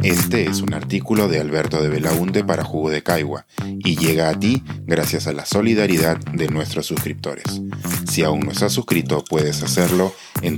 Este es un artículo de Alberto de Belaunte para Jugo de Caigua y llega a ti gracias a la solidaridad de nuestros suscriptores. Si aún no estás suscrito, puedes hacerlo en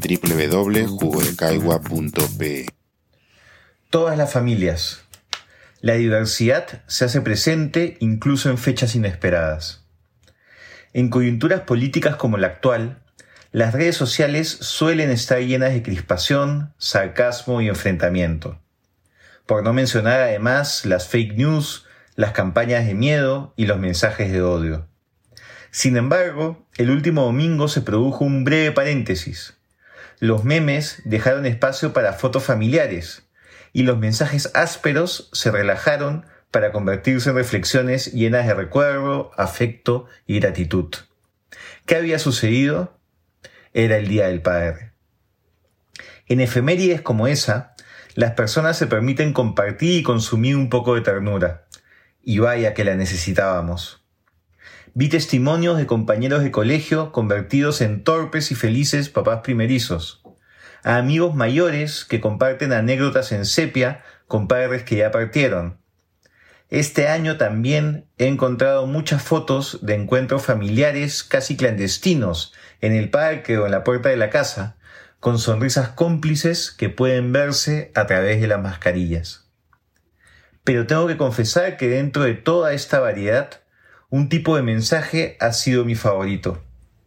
www.jugodecaigua.pe. Todas las familias. La diversidad se hace presente incluso en fechas inesperadas. En coyunturas políticas como la actual, las redes sociales suelen estar llenas de crispación, sarcasmo y enfrentamiento. Por no mencionar además las fake news, las campañas de miedo y los mensajes de odio. Sin embargo, el último domingo se produjo un breve paréntesis. Los memes dejaron espacio para fotos familiares y los mensajes ásperos se relajaron para convertirse en reflexiones llenas de recuerdo, afecto y gratitud. ¿Qué había sucedido? Era el Día del Padre. En efemérides como esa, las personas se permiten compartir y consumir un poco de ternura. Y vaya que la necesitábamos. Vi testimonios de compañeros de colegio convertidos en torpes y felices papás primerizos. A amigos mayores que comparten anécdotas en sepia con padres que ya partieron. Este año también he encontrado muchas fotos de encuentros familiares casi clandestinos en el parque o en la puerta de la casa, con sonrisas cómplices que pueden verse a través de las mascarillas. Pero tengo que confesar que dentro de toda esta variedad, un tipo de mensaje ha sido mi favorito.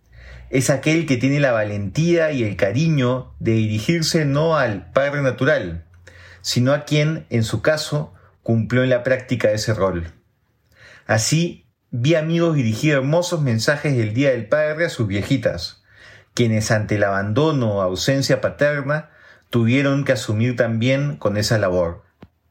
Es aquel que tiene la valentía y el cariño de dirigirse no al padre natural, sino a quien, en su caso, cumplió en la práctica ese rol. Así, vi amigos dirigir hermosos mensajes del Día del Padre a sus viejitas, quienes ante el abandono o ausencia paterna tuvieron que asumir también con esa labor.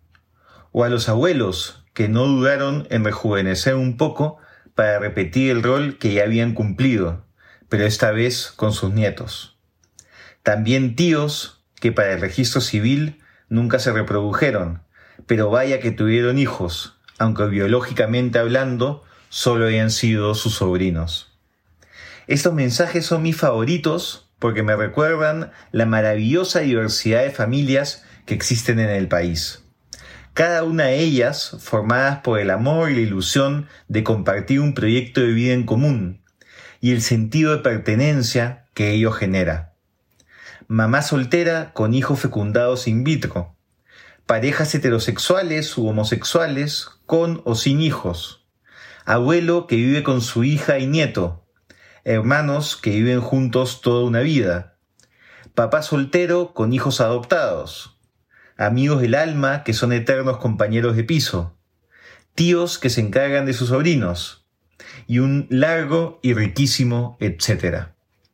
O a los abuelos, que no dudaron en rejuvenecer un poco para repetir el rol que ya habían cumplido, pero esta vez con sus nietos. También tíos que para el registro civil nunca se reprodujeron, pero vaya que tuvieron hijos, aunque biológicamente hablando solo habían sido sus sobrinos. Estos mensajes son mis favoritos porque me recuerdan la maravillosa diversidad de familias que existen en el país. Cada una de ellas formadas por el amor y la ilusión de compartir un proyecto de vida en común y el sentido de pertenencia que ello genera. Mamá soltera con hijos fecundados in vitro. Parejas heterosexuales u homosexuales con o sin hijos. Abuelo que vive con su hija y nieto. Hermanos que viven juntos toda una vida. Papá soltero con hijos adoptados. Amigos del alma que son eternos compañeros de piso. Tíos que se encargan de sus sobrinos. Y un largo y riquísimo etcétera.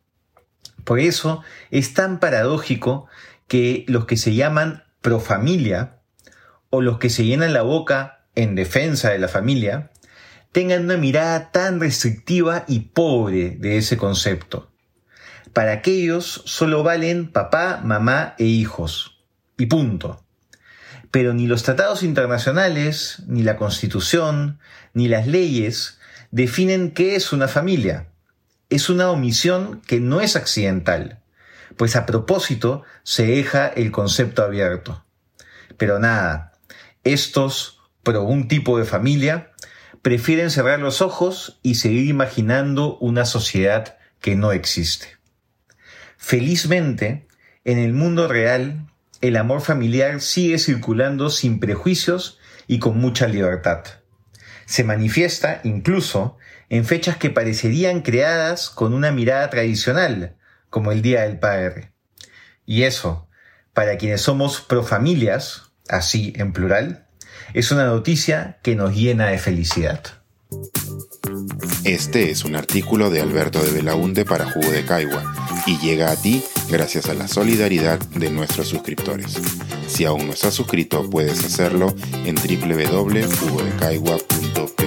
Por eso es tan paradójico que los que se llaman pro familia o los que se llenan la boca en defensa de la familia tengan una mirada tan restrictiva y pobre de ese concepto. Para aquellos solo valen papá, mamá e hijos. Y punto. Pero ni los tratados internacionales, ni la Constitución, ni las leyes definen qué es una familia. Es una omisión que no es accidental, pues a propósito se deja el concepto abierto. Pero nada, estos pro un tipo de familia prefieren cerrar los ojos y seguir imaginando una sociedad que no existe. Felizmente, en el mundo real, el amor familiar sigue circulando sin prejuicios y con mucha libertad. Se manifiesta incluso en fechas que parecerían creadas con una mirada tradicional, como el Día del Padre. Y eso, para quienes somos profamilias, así en plural, es una noticia que nos llena de felicidad. Este es un artículo de Alberto de Belaunte para Jugo de Caigua y llega a ti gracias a la solidaridad de nuestros suscriptores. Si aún no estás suscrito, puedes hacerlo en www.jugodecaigua.pe.